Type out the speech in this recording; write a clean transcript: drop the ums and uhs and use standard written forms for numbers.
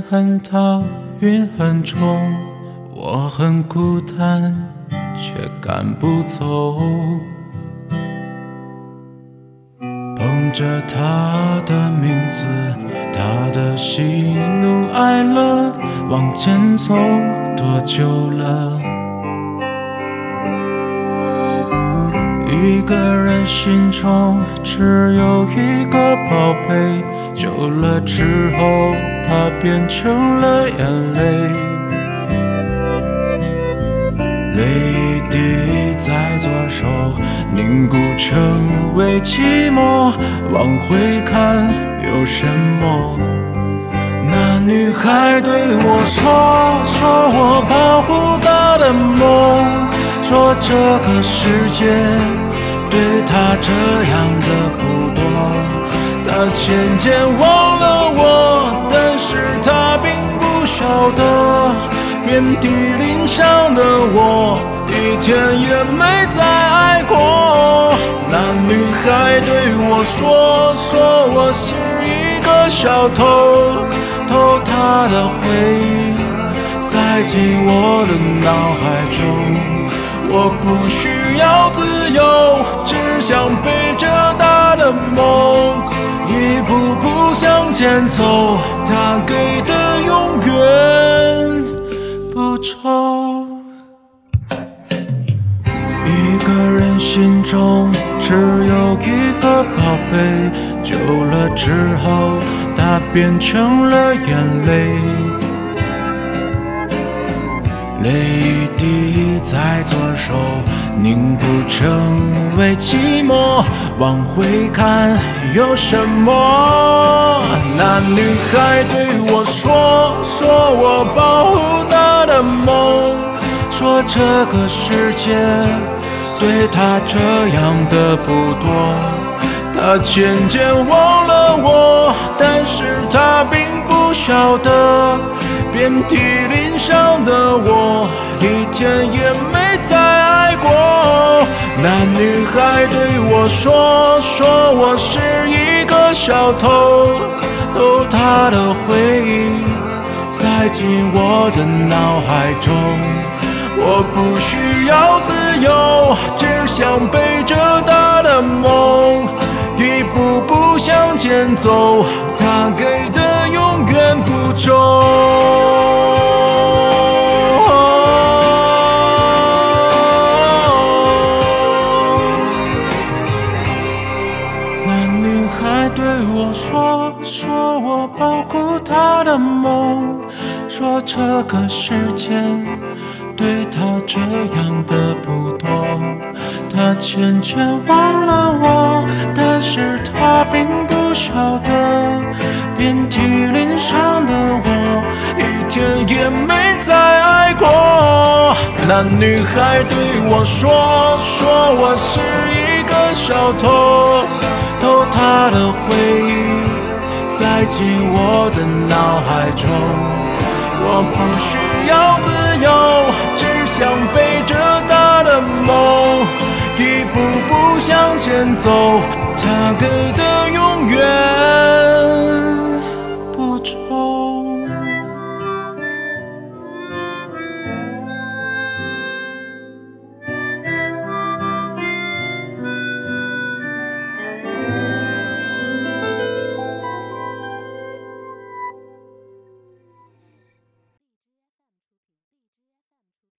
很大，云很重，我很孤单，却赶不走。捧着他的名字，他的喜怒哀乐，往前走多久了？一个人心中只有一个宝贝，久了之后，它变成了眼泪。泪滴在左手凝固成为寂寞，往回看有什么？那女孩对我说，说我保护她的梦，说这个世界对她这样的不多。她渐渐忘了我，但是她并不晓得，遍体鳞伤的我，一天也没再爱过。那女孩对我说，说我是一个小偷，偷她的回忆塞进我的脑海中。我不需要自由，只想背着她的梦，一步步向前走，她给的永远不愁。一个人心中只有一个宝贝，久了之后，它变成了眼泪。泪滴在左手凝固成为寂寞，往回看有什么？那女孩对我说，说我保护她的梦，说这个世界对她这样的不多。她渐渐忘了我，但是她并不晓得，遍体鳞伤的我，一天也没再爱过。那女孩对我说，说我是一个小偷，偷她的回忆塞进我的脑海中。我不需要自由，只想背着她的梦，一步步向前走，她给的永远不重。那女孩对我说，说我保护她的梦，说这个世界对她这样的不多。她渐渐忘了我，但是她并不晓得，遍体鳞伤的我，一天也没再爱过。那女孩对我说，说我是一个小偷，偷她的回忆塞进我的脑海中。我不需要自由，只想背着她的梦，一步步向前走，她给的永远